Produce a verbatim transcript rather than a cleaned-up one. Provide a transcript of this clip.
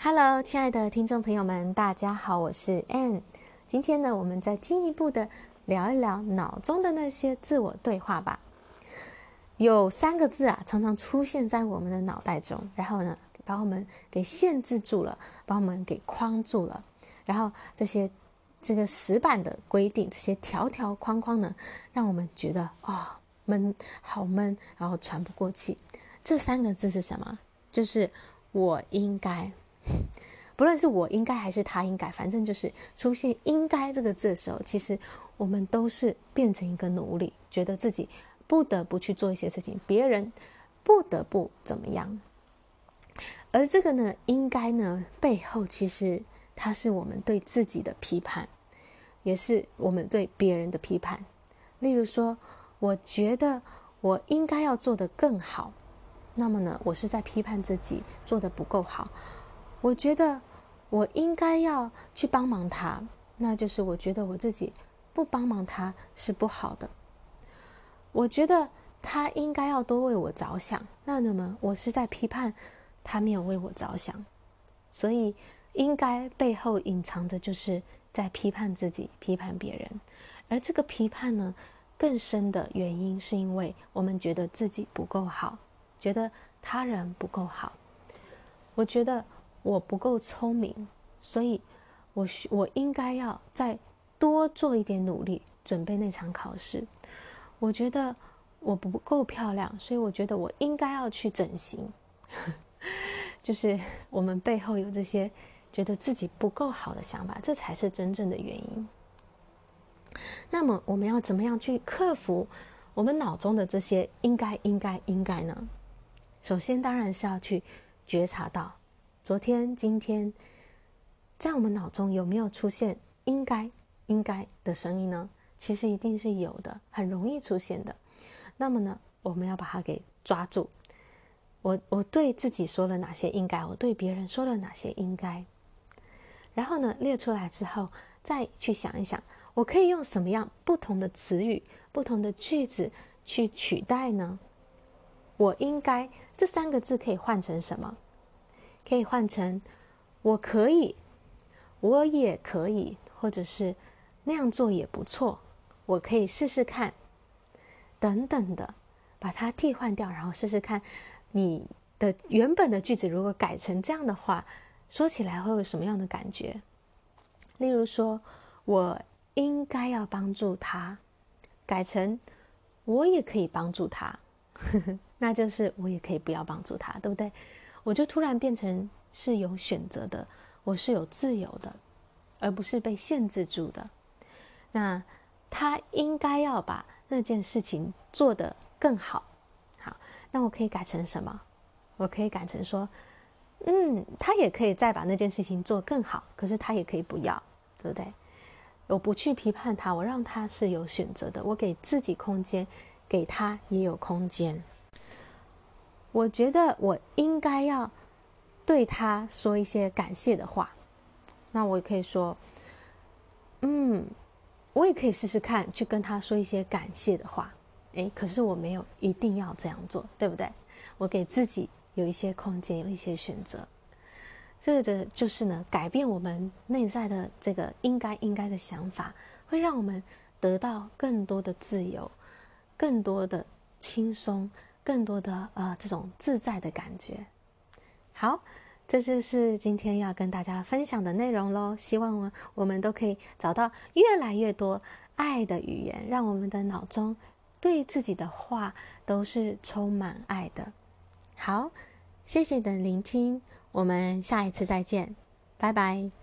Hello， 亲爱的听众朋友们，大家好，我是 Ann。今天呢，我们再进一步的聊一聊脑中的那些自我对话吧。有三个字啊，常常出现在我们的脑袋中，然后呢，把我们给限制住了，把我们给框住了。然后这些这个死板的规定，这些条条框框呢，让我们觉得哦闷，好闷，然后喘不过气。这三个字是什么？就是我应该。不论是我应该还是他应该，反正就是出现应该这个字的时候，其实我们都是变成一个奴隶，觉得自己不得不去做一些事情，别人不得不怎么样。而这个呢，应该呢，背后其实它是我们对自己的批判，也是我们对别人的批判。例如说，我觉得我应该要做得更好，那么呢，我是在批判自己做得不够好。我觉得我应该要去帮忙他，那就是我觉得我自己不帮忙他是不好的。我觉得他应该要多为我着想，那那么我是在批判他没有为我着想。所以应该背后隐藏的就是在批判自己，批判别人。而这个批判呢，更深的原因是因为我们觉得自己不够好，觉得他人不够好。我觉得我不够聪明，所以我我应该要再多做一点努力准备那场考试。我觉得我不够漂亮，所以我觉得我应该要去整形。就是我们背后有这些觉得自己不够好的想法，这才是真正的原因。那么我们要怎么样去克服我们脑中的这些应该应该应该呢？首先当然是要去觉察到昨天今天在我们脑中有没有出现应该应该的声音呢？其实一定是有的，很容易出现的。那么呢，我们要把它给抓住。我我对自己说了哪些应该，我对别人说了哪些应该，然后呢，列出来之后再去想一想，我可以用什么样不同的词语、不同的句子去取代呢？我应该这三个字可以换成什么？可以换成我可以，我也可以，或者是那样做也不错，我可以试试看，等等的，把它替换掉，然后试试看你的原本的句子如果改成这样的话，说起来会有什么样的感觉？例如说，我应该要帮助他，改成我也可以帮助他，那就是我也可以不要帮助他，对不对？我就突然变成是有选择的，我是有自由的，而不是被限制住的。那他应该要把那件事情做得更好。好，那我可以改成什么？我可以改成说，嗯，他也可以再把那件事情做更好，可是他也可以不要，对不对？我不去批判他，我让他是有选择的，我给自己空间，给他也有空间。我觉得我应该要对他说一些感谢的话，那我也可以说，嗯，我也可以试试看去跟他说一些感谢的话。诶，可是我没有一定要这样做，对不对？我给自己有一些空间，有一些选择。这个就是呢，改变我们内在的这个应该应该的想法，会让我们得到更多的自由，更多的轻松，更多的呃这种自在的感觉。好，这就是今天要跟大家分享的内容咯。希望我我们都可以找到越来越多爱的语言，让我们的脑中对自己的话都是充满爱的。好，谢谢你的聆听，我们下一次再见，拜拜。